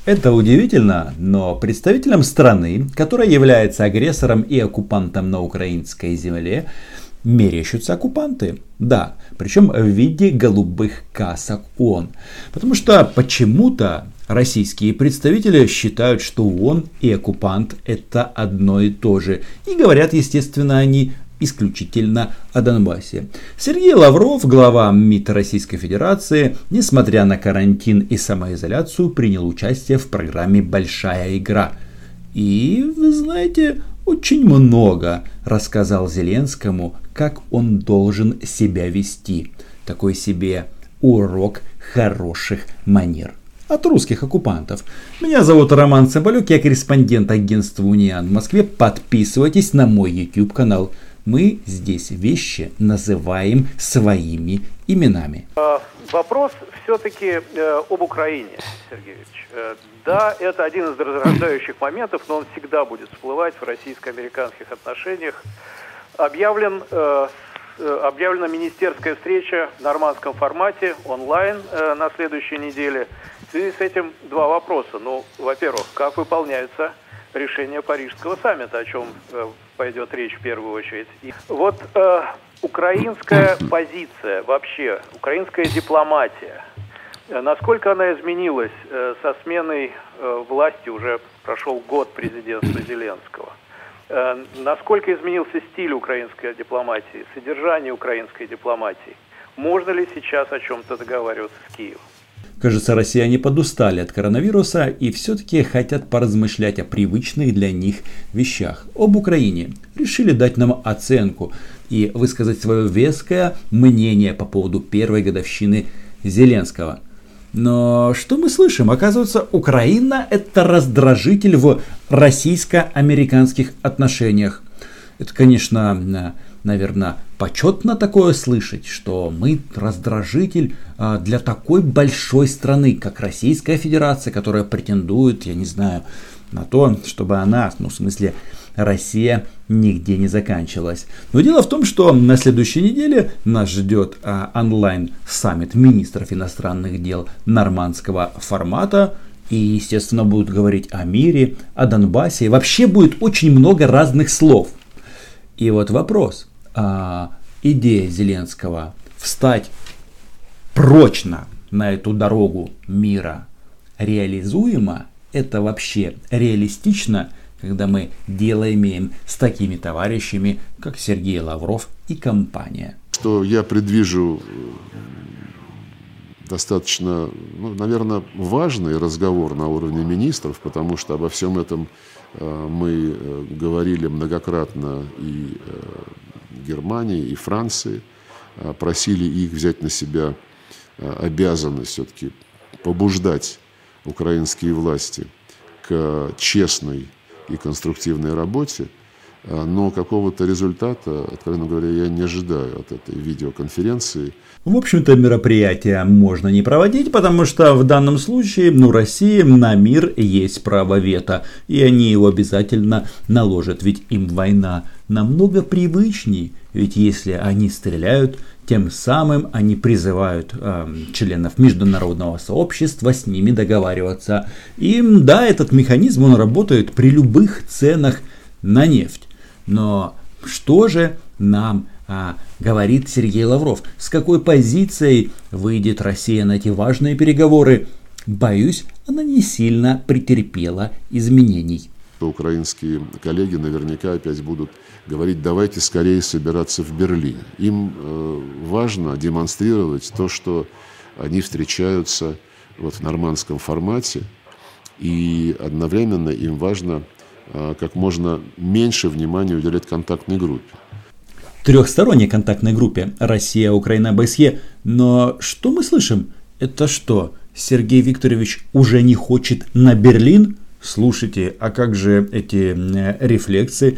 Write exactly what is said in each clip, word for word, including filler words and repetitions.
Это удивительно, но представителям страны, которая является агрессором и оккупантом на украинской земле, мерещатся оккупанты. Да, причем в виде голубых касок ООН. Потому что почему-то российские представители считают, что ООН и оккупант это одно и то же. И говорят, естественно, они исключительно о Донбассе. Сергей Лавров, глава МИД Российской Федерации, несмотря на карантин и самоизоляцию, принял участие в программе «Большая игра». И, вы знаете, очень много рассказал Зеленскому, как он должен себя вести. Такой себе урок хороших манер. От русских оккупантов. Меня зовут Роман Цымбалюк, я корреспондент агентства Униан в Москве. Подписывайтесь на мой YouTube канал. Мы здесь вещи называем своими именами. Вопрос все-таки э, об Украине, Сергеевич. Э, да, это один из разрождающих моментов, но он всегда будет всплывать в российско-американских отношениях. Объявлен, э, объявлена министерская встреча в нормандском формате, онлайн э, на следующей неделе. В связи с этим два вопроса. Ну, во-первых, как выполняется решение Парижского саммита, о чем э, пойдет речь в первую очередь. И вот э, украинская позиция вообще, украинская дипломатия, э, насколько она изменилась э, со сменой э, власти, уже прошел год президентства Зеленского, э, насколько изменился стиль украинской дипломатии, содержание украинской дипломатии, можно ли сейчас о чем-то договариваться с Киевом? Кажется, россияне подустали от коронавируса и все-таки хотят поразмышлять о привычных для них вещах. Об Украине решили дать нам оценку и высказать свое веское мнение по поводу первой годовщины Зеленского. Но что мы слышим? Оказывается, Украина это раздражитель в российско-американских отношениях. Это, конечно, наверное, почетно такое слышать, что мы раздражитель для такой большой страны, как Российская Федерация, которая претендует, я не знаю, на то, чтобы она, ну в смысле Россия, нигде не заканчивалась. Но дело в том, что на следующей неделе нас ждет онлайн-саммит министров иностранных дел нормандского формата. И, естественно, будут говорить о мире, о Донбассе. И вообще будет очень много разных слов. И вот вопрос. А, идея Зеленского встать прочно на эту дорогу мира реализуема? Это вообще реалистично, когда мы дело имеем с такими товарищами, как Сергей Лавров и компания? Что я предвижу достаточно, ну, наверное, важный разговор на уровне министров, потому что обо всем этом мы говорили многократно и Германии, и Франции, просили их взять на себя обязанность все-таки побуждать украинские власти к честной и конструктивной работе, но какого-то результата, откровенно говоря, я не ожидаю от этой видеоконференции. В общем-то, мероприятие можно не проводить, потому что в данном случае, ну, России на мир есть право вето, и они его обязательно наложат, ведь им война намного привычней, ведь если они стреляют, тем самым они призывают э, членов международного сообщества с ними договариваться. И да, этот механизм, он работает при любых ценах на нефть. Но что же нам а, говорит Сергей Лавров? С какой позицией выйдет Россия на эти важные переговоры? Боюсь, она не сильно претерпела изменений. Украинские коллеги наверняка опять будут говорить: давайте скорее собираться в Берлине. Им э, важно демонстрировать то, что они встречаются вот в нормандском формате, и одновременно им важно как можно меньше внимания уделять контактной группе. Трехсторонней контактной группе Россия, Украина, ОБСЕ. Но что мы слышим? Это что, Сергей Викторович уже не хочет на Берлин? Слушайте, а как же эти рефлексы,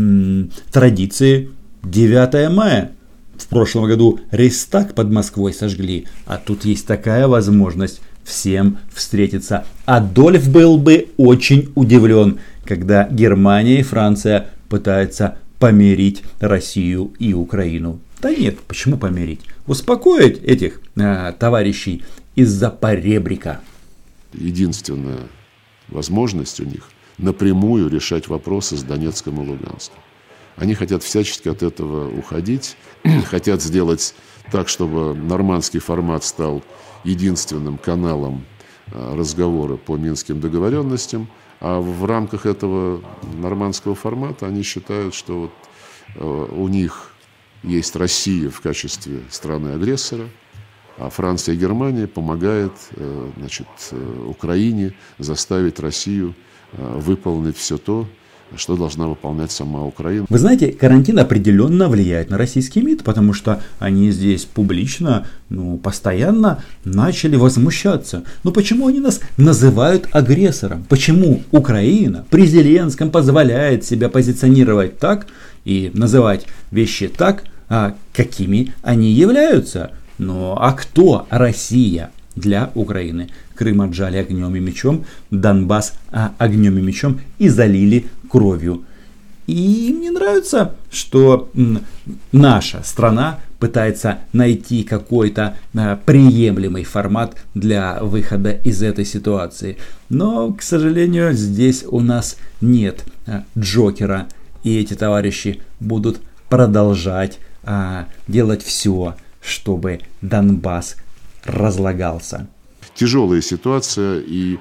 традиции? девятое мая. В прошлом году Рейхстаг под Москвой сожгли, а тут есть такая возможность всем встретиться. Адольф был бы очень удивлен, когда Германия и Франция пытаются помирить Россию и Украину. Да нет, почему помирить? Успокоить этих э, товарищей из-за поребрика. Единственное, возможность у них напрямую решать вопросы с Донецком и Луганском. Они хотят всячески от этого уходить, хотят сделать так, чтобы нормандский формат стал единственным каналом разговора по Минским договоренностям, а в рамках этого нормандского формата они считают, что вот у них есть Россия в качестве страны-агрессора, а Франция и Германия помогают, значит, Украине заставить Россию выполнить все то, что должна выполнять сама Украина. Вы знаете, карантин определенно влияет на российский МИД, потому что они здесь публично, ну, постоянно начали возмущаться. Но почему они нас называют агрессором? Почему Украина при Зеленском позволяет себя позиционировать так и называть вещи так, а какими они являются? Ну, а кто Россия для Украины? Крым отжали огнем и мечом, Донбасс а, огнем и мечом и залили кровью. И мне нравится, что м, наша страна пытается найти какой-то а, приемлемый формат для выхода из этой ситуации. Но, к сожалению, здесь у нас нет а, Джокера. И эти товарищи будут продолжать а, делать все, чтобы Донбасс разлагался. Тяжелая ситуация, и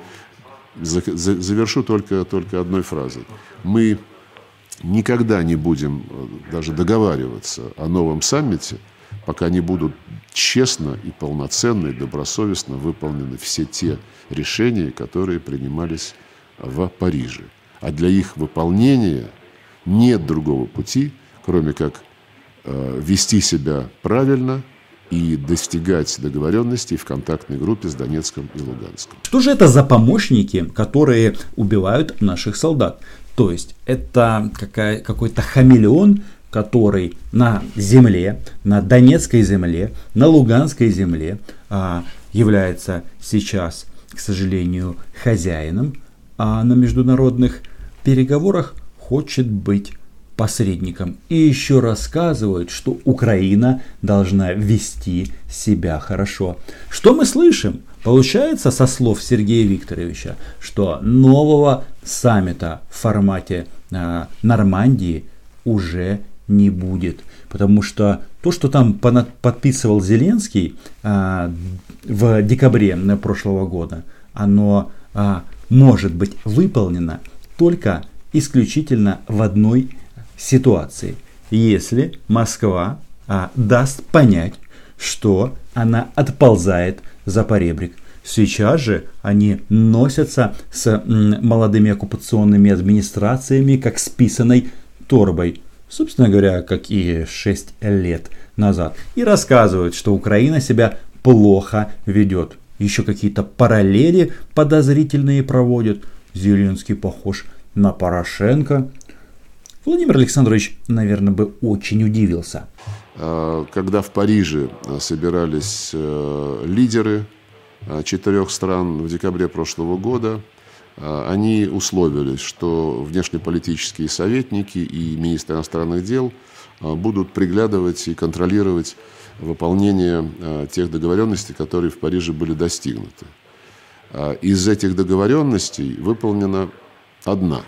завершу только, только одной фразой. Мы никогда не будем даже договариваться о новом саммите, пока не будут честно и полноценно и добросовестно выполнены все те решения, которые принимались в Париже. А для их выполнения нет другого пути, кроме как э, вести себя правильно и достигать договоренностей в контактной группе с Донецком и Луганском. Что же это за помощники, которые убивают наших солдат? То есть это какая, какой-то хамелеон, который на земле, на Донецкой земле, на Луганской земле а, является сейчас, к сожалению, хозяином, а на международных переговорах хочет быть посредником. И еще рассказывают, что Украина должна вести себя хорошо. Что мы слышим? Получается, со слов Сергея Викторовича, что нового саммита в формате э, Нормандии уже не будет. Потому что то, что там подписывал Зеленский э, в декабре прошлого года, оно э, может быть выполнено только исключительно в одной ситуации, если Москва а, даст понять, что она отползает за поребрик. Сейчас же они носятся с м, молодыми оккупационными администрациями как с писаной торбой. Собственно говоря, как и шесть лет назад. И рассказывают, что Украина себя плохо ведет. Еще какие-то параллели подозрительные проводят. Зеленский похож на Порошенко. Владимир Александрович, наверное, бы очень удивился. Когда в Париже собирались лидеры четырех стран в декабре прошлого года, они условились, что внешнеполитические советники и министры иностранных дел будут приглядывать и контролировать выполнение тех договоренностей, которые в Париже были достигнуты. Из этих договоренностей выполнена одна.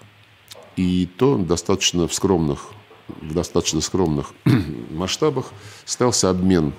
И то достаточно в скромных, в достаточно скромных масштабах стался обмен.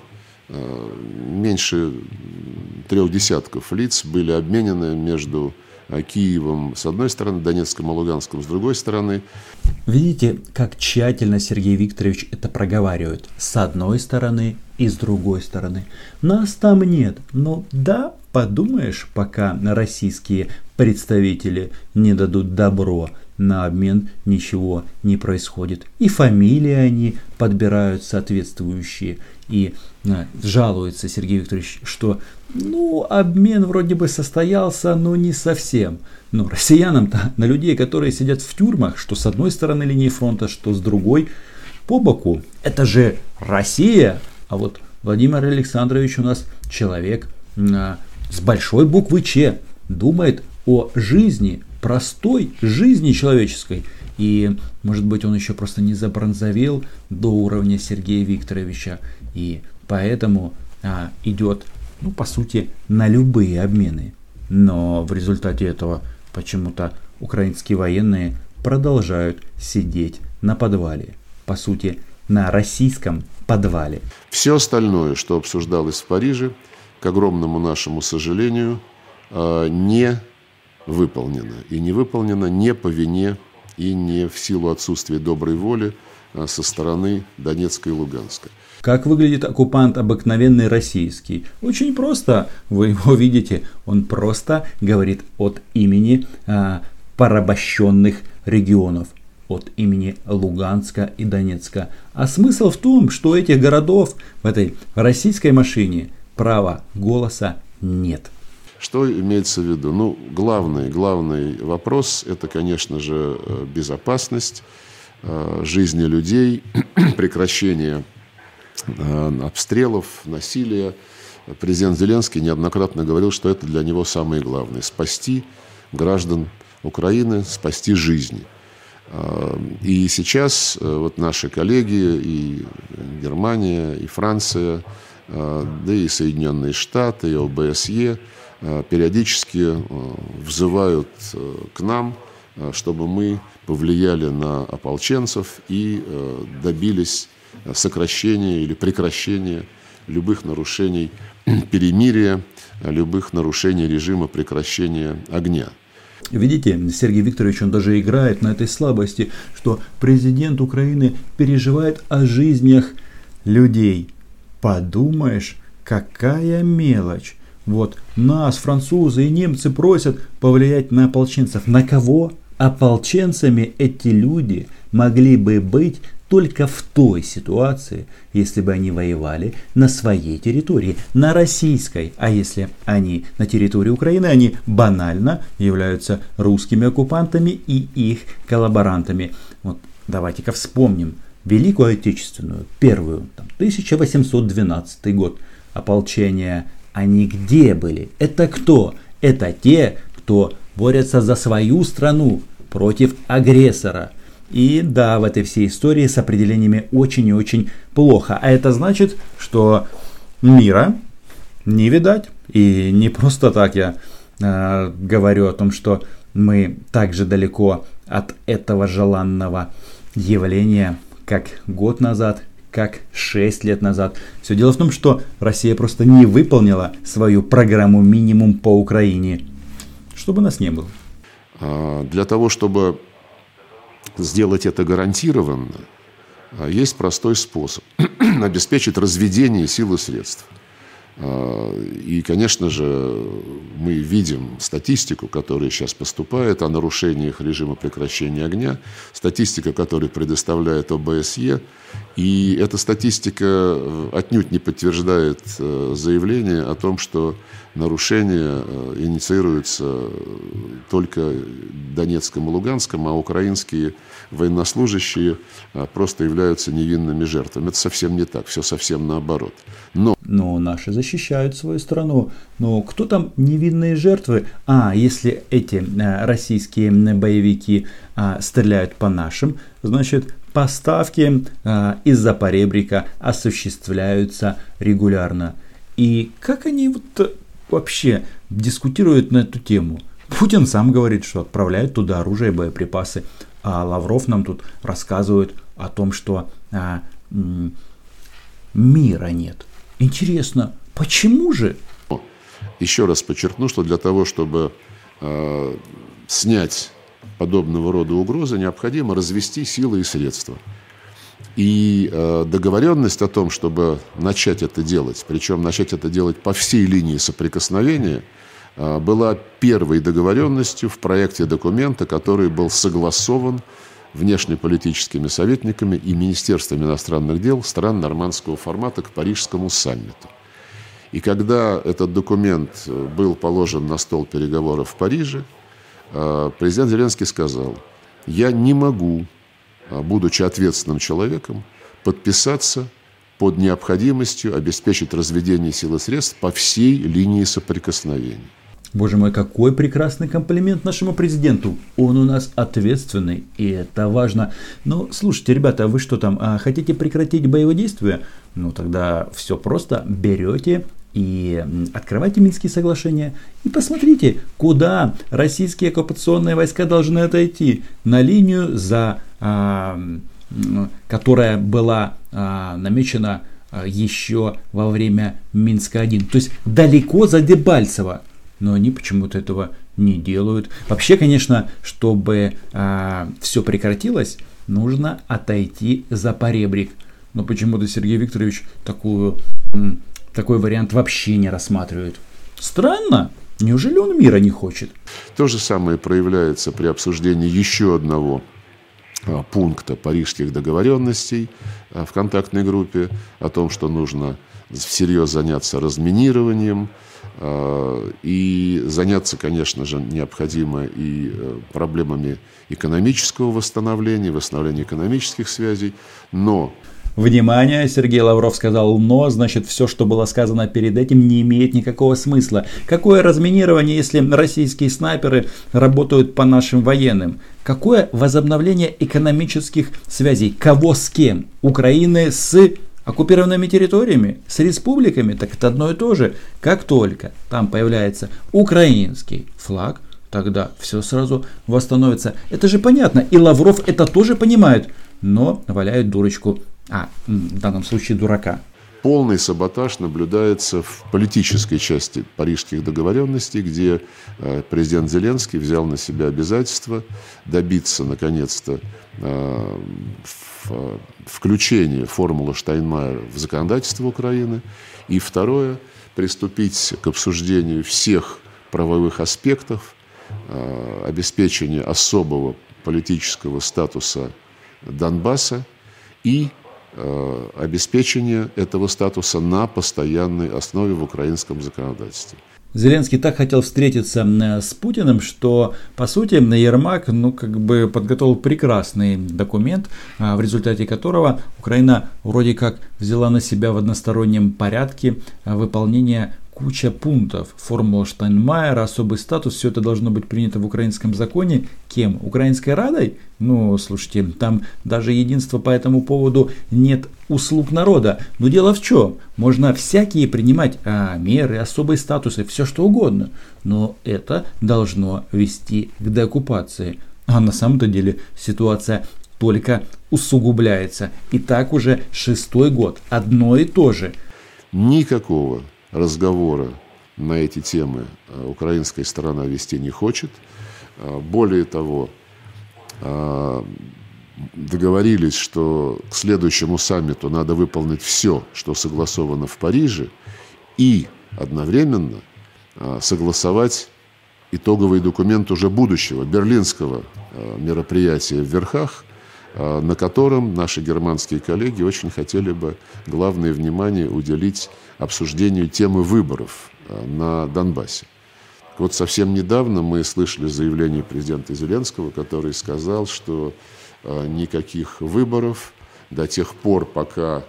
Меньше трех десятков лиц были обменены между Киевом с одной стороны, Донецком и Луганском с другой стороны. Видите, как тщательно Сергей Викторович это проговаривает. С одной стороны и с другой стороны. Нас там нет. Но да, подумаешь, пока российские представители не дадут добро на обмен, ничего не происходит. И фамилии они подбирают соответствующие. И а, жалуется Сергей Викторович, что ну, обмен вроде бы состоялся, но не совсем. Но россиянам-то на людей, которые сидят в тюрьмах, что с одной стороны линии фронта, что с другой, по боку. Это же Россия. А вот Владимир Александрович у нас человек а, с большой буквы Ч. Думает о жизни, простой жизни человеческой. И, может быть, он еще просто не забронзовел до уровня Сергея Викторовича. И поэтому а, идет, ну, по сути, на любые обмены. Но в результате этого почему-то украинские военные продолжают сидеть на подвале. По сути, на российском подвале. Все остальное, что обсуждалось в Париже, к огромному нашему сожалению, не выполнено. И не выполнено не по вине и не в силу отсутствия доброй воли со стороны Донецка и Луганска. Как выглядит оккупант обыкновенный российский? Очень просто. Вы его видите. Он просто говорит от имени а, порабощенных регионов. От имени Луганска и Донецка. А смысл в том, что у этих городов в этой российской машине права голоса нет. Что имеется в виду? Ну, главный, главный вопрос – это, конечно же, безопасность жизни людей, прекращение обстрелов, насилия. Президент Зеленский неоднократно говорил, что это для него самое главное – спасти граждан Украины, спасти жизни. И сейчас вот наши коллеги, и Германия, и Франция, да и Соединенные Штаты, и О Бэ С Е периодически взывают к нам, чтобы мы повлияли на ополченцев и добились сокращения или прекращения любых нарушений перемирия, любых нарушений режима прекращения огня. Видите, Сергей Викторович, он даже играет на этой слабости, что президент Украины переживает о жизнях людей. Подумаешь, какая мелочь. Вот нас, французы и немцы, просят повлиять на ополченцев. На кого? Ополченцами эти люди могли бы быть только в той ситуации, если бы они воевали на своей территории, на российской. А если они на территории Украины, они банально являются русскими оккупантами и их коллаборантами. Вот давайте-ка вспомним Великую Отечественную, первую, там, тысяча восемьсот двенадцатый год, ополчение. Они где были? Это кто? Это те, кто борются за свою страну против агрессора. И да, в этой всей истории с определениями очень и очень плохо. А это значит, что мира не видать. И не просто так я э, говорю о том, что мы так же далеко от этого желанного явления, как год назад, как шесть лет назад. Все дело в том, что Россия просто не выполнила свою программу минимум по Украине, чтобы нас не было. Для того, чтобы сделать это гарантированно, есть простой способ – обеспечить разведение сил и средств. И, конечно же, мы видим статистику, которая сейчас поступает о нарушениях режима прекращения огня, статистика, которую предоставляет О Бэ С Е, и эта статистика отнюдь не подтверждает заявление о том, что нарушения инициируются только Донецком и Луганском, а украинские военнослужащие просто являются невинными жертвами. Это совсем не так, все совсем наоборот. Но, Но наши защищают свою страну. Но кто там невинные жертвы? А, если эти российские боевики а, стреляют по нашим, значит поставки а, из-за поребрика осуществляются регулярно. И как они вот вообще дискутируют на эту тему? Путин сам говорит, что отправляет туда оружие и боеприпасы. А Лавров нам тут рассказывает о том, что а, м- мира нет. Интересно, почему же? Еще раз подчеркну, что для того, чтобы э, снять подобного рода угрозы, необходимо развести силы и средства. И э, договоренность о том, чтобы начать это делать, причем начать это делать по всей линии соприкосновения, э, была первой договоренностью в проекте документа, который был согласован внешнеполитическими советниками и Министерством иностранных дел стран нормандского формата к Парижскому саммиту. И когда этот документ был положен на стол переговоров в Париже, президент Зеленский сказал: я не могу, будучи ответственным человеком, подписаться под необходимостью обеспечить разведение сил и средств по всей линии соприкосновения. Боже мой, какой прекрасный комплимент нашему президенту. Он у нас ответственный, и это важно. Но слушайте, ребята, а вы что там, хотите прекратить боевые действия? Ну тогда все просто, берете И открывайте Минские соглашения и посмотрите, куда российские оккупационные войска должны отойти. На линию, за, а, которая была а, намечена а, еще во время Минска один. То есть далеко за Дебальцево. Но они почему-то этого не делают. Вообще, конечно, чтобы а, все прекратилось, нужно отойти за поребрик. Но почему-то Сергей Викторович такую, такой вариант вообще не рассматривает. Странно. Неужели он мира не хочет? То же самое проявляется при обсуждении еще одного а, пункта парижских договоренностей а, в контактной группе о том, что нужно всерьез заняться разминированием. А, и заняться, конечно же, необходимо и а, проблемами экономического восстановления, восстановления экономических связей, но... Внимание, Сергей Лавров сказал «но», значит, все, что было сказано перед этим, не имеет никакого смысла. Какое разминирование, если российские снайперы работают по нашим военным? Какое возобновление экономических связей? Кого с кем? Украины с оккупированными территориями? С республиками? Так это одно и то же. Как только там появляется украинский флаг, тогда все сразу восстановится. Это же понятно. И Лавров это тоже понимает, но валяет дурочку. А, в данном случае дурака. Полный саботаж наблюдается в политической части парижских договоренностей, где э, президент Зеленский взял на себя обязательство добиться, наконец-то, э, в, включения формулы Штайнмайера в законодательство Украины. И второе, приступить к обсуждению всех правовых аспектов э, обеспечения особого политического статуса Донбасса и обеспечение этого статуса на постоянной основе в украинском законодательстве. Зеленский так хотел встретиться с Путиным, что, по сути, Ермак ну, как бы подготовил прекрасный документ, в результате которого Украина вроде как взяла на себя в одностороннем порядке выполнение куча пунктов. Формула Штайнмайера, особый статус, все это должно быть принято в украинском законе. Кем? Украинской Радой? Ну, слушайте, там даже единства по этому поводу нет услуг народа. Но дело в чем? Можно всякие принимать а, меры, особые статусы, все что угодно. Но это должно вести к деоккупации. А на самом-то деле ситуация только усугубляется. И так уже шестой год. Одно и то же. Никакого разговора на эти темы украинская сторона вести не хочет. Более того, договорились, что к следующему саммиту надо выполнить все, что согласовано в Париже, и одновременно согласовать итоговый документ уже будущего берлинского мероприятия в Верхах, на котором наши германские коллеги очень хотели бы главное внимание уделить обсуждению темы выборов на Донбассе. Вот совсем недавно мы слышали заявление президента Зеленского, который сказал, что никаких выборов до тех пор, пока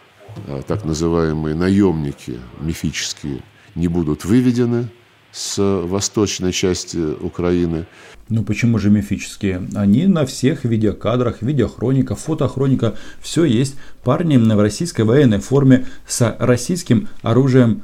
так называемые наемники мифические не будут выведены с восточной части Украины. Ну почему же мифические? Они на всех видеокадрах, видеохроника, фотохроника, все есть. Парни в российской военной форме с российским оружием.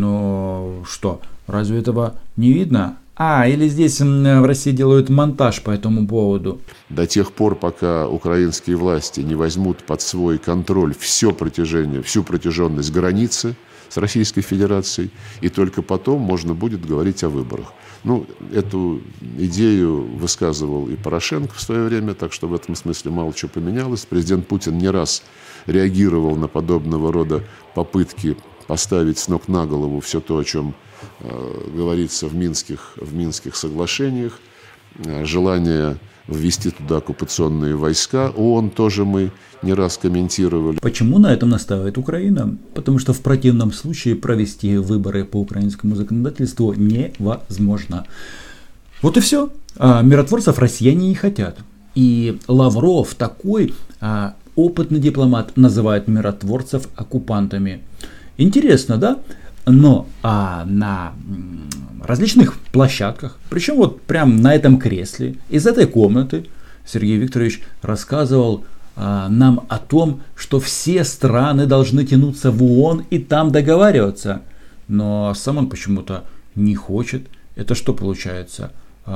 Но что, разве этого не видно? А, или здесь в России делают монтаж по этому поводу. До тех пор, пока украинские власти не возьмут под свой контроль все протяжение, всю протяженность границы с Российской Федерацией, и только потом можно будет говорить о выборах. Ну, эту идею высказывал и Порошенко в свое время, так что в этом смысле мало чего поменялось. Президент Путин не раз реагировал на подобного рода попытки поставить с ног на голову все то, о чем э, говорится в Минских, в Минских соглашениях, э, желание ввести туда оккупационные войска. ООН тоже мы не раз комментировали. Почему на этом настаивает Украина? Потому что в противном случае провести выборы по украинскому законодательству невозможно. Вот и все. А миротворцев россияне не хотят. И Лавров, такой а, опытный дипломат, называет миротворцев оккупантами. Интересно, да? Но а, на различных площадках, причем вот прям на этом кресле, из этой комнаты, Сергей Викторович рассказывал а, нам о том, что все страны должны тянуться в ООН и там договариваться. но сам он почему-то не хочет. Это что получается?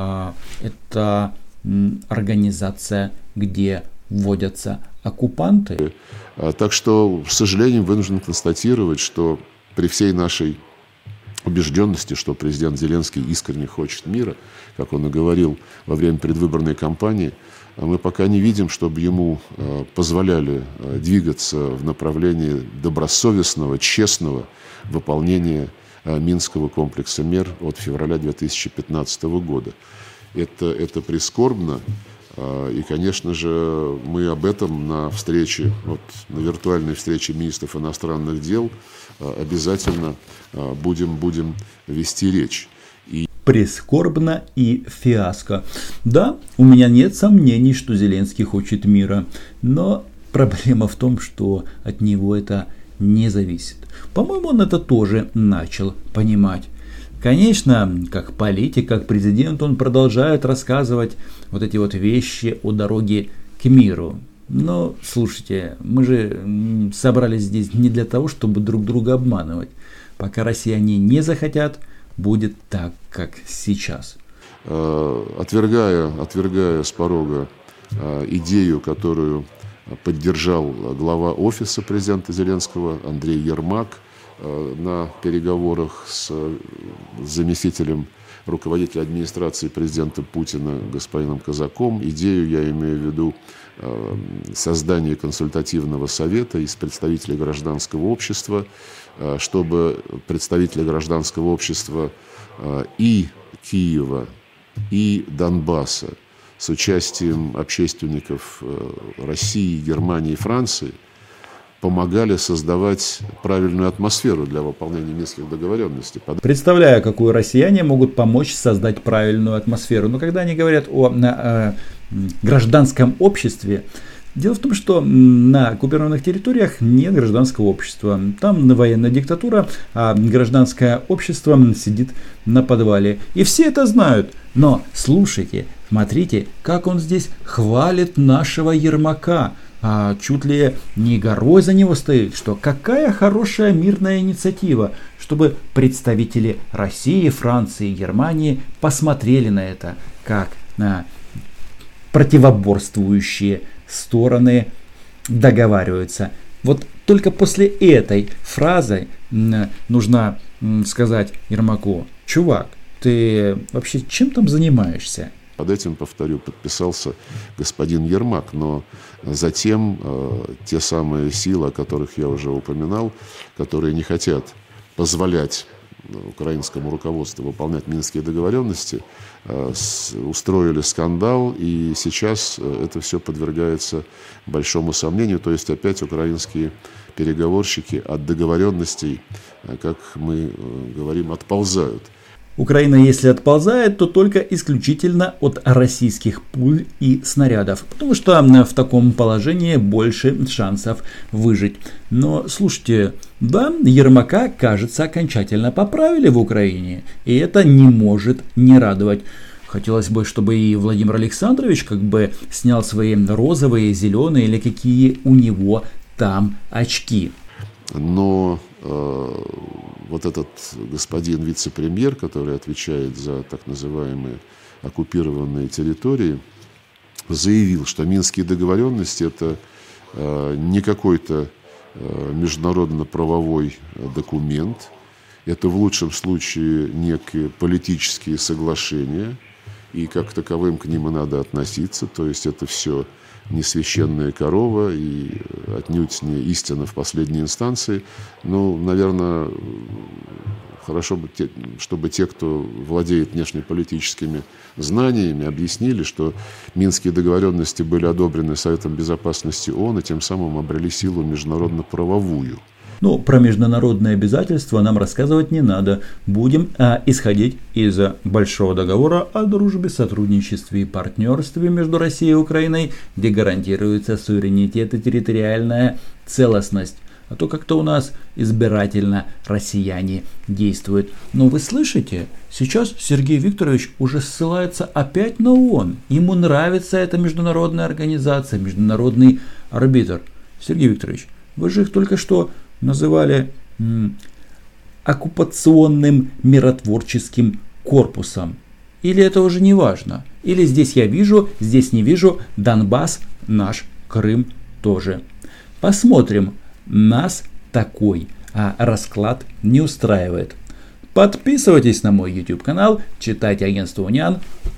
Это организация, где вводятся оккупанты. Так что, к сожалению, вынужден констатировать, что при всей нашей убежденности, что президент Зеленский искренне хочет мира, как он и говорил во время предвыборной кампании, мы пока не видим, чтобы ему позволяли двигаться в направлении добросовестного, честного выполнения Минского комплекса мер от февраля две тысячи пятнадцатого года. Это, это прискорбно. И, конечно же, мы об этом на встрече, вот, на виртуальной встрече министров иностранных дел обязательно будем, будем вести речь. И... Прискорбно и фиаско. Да, у меня нет сомнений, что Зеленский хочет мира, но проблема в том, что от него это не зависит. По-моему, он это тоже начал понимать. Конечно, как политик, как президент, он продолжает рассказывать вот эти вот вещи о дороге к миру. Но, слушайте, мы же собрались здесь не для того, чтобы друг друга обманывать. Пока россияне не захотят, будет так, как сейчас. Отвергая, отвергая с порога идею, которую поддержал глава офиса президента Зеленского Андрей Ермак на переговорах с заместителем руководителя администрации президента Путина господином Казаком. Идею, я имею в виду, создание консультативного совета из представителей гражданского общества, чтобы представители гражданского общества и Киева, и Донбасса с участием общественников России, Германии и Франции помогали создавать правильную атмосферу для выполнения Минских договоренностей. Представляю, какую россияне могут помочь создать правильную атмосферу. Но когда они говорят о, о, о гражданском обществе, дело в том, что на оккупированных территориях нет гражданского общества. Там военная диктатура, а гражданское общество сидит на подвале. И все это знают. Но слушайте, смотрите, как он здесь хвалит нашего Ермака. А чуть ли не горой за него стоит, что какая хорошая мирная инициатива, чтобы представители России, Франции и Германии посмотрели на это, как на противоборствующие стороны договариваются. Вот только после этой фразы нужно сказать Ермаку: чувак, ты вообще чем там занимаешься? Под этим, повторю, подписался господин Ермак, но затем э, те самые силы, о которых я уже упоминал, которые не хотят позволять украинскому руководству выполнять Минские договоренности, э, с, устроили скандал, и сейчас это все подвергается большому сомнению. То есть опять украинские переговорщики от договоренностей, как мы э, говорим, отползают. Украина, если отползает, то только исключительно от российских пуль и снарядов, потому что в таком положении больше шансов выжить. Но слушайте, да, Ермака, кажется, окончательно поправили в Украине, и это не может не радовать. Хотелось бы, чтобы и Владимир Александрович как бы снял свои розовые, зеленые или какие у него там очки. Но э, вот этот господин вице-премьер, который отвечает за так называемые оккупированные территории, заявил, что Минские договоренности – это э, не какой-то э, международно-правовой документ, это в лучшем случае некие политические соглашения, и как к таковым к ним и надо относиться, то есть это все не священная корова и отнюдь не истина в последней инстанции. Ну, наверное, хорошо бы, те, чтобы те, кто владеет внешнеполитическими знаниями, объяснили, что Минские договоренности были одобрены Советом Безопасности ООН и тем самым обрели силу международно-правовую. Ну, про международные обязательства нам рассказывать не надо. Будем а, исходить из большого договора о дружбе, сотрудничестве и партнерстве между Россией и Украиной, где гарантируется суверенитет и территориальная целостность. А то как-то у нас избирательно россияне действуют. Но вы слышите, сейчас Сергей Викторович уже ссылается опять на ООН. Ему нравится эта международная организация, международный арбитр. Сергей Викторович, вы же их только что называли м, оккупационным миротворческим корпусом? Или это уже не важно? Или здесь я вижу, здесь не вижу, Донбасс наш, Крым тоже. Посмотрим. Нас такой а расклад не устраивает. Подписывайтесь на мой YouTube канал, читайте агентство Униан.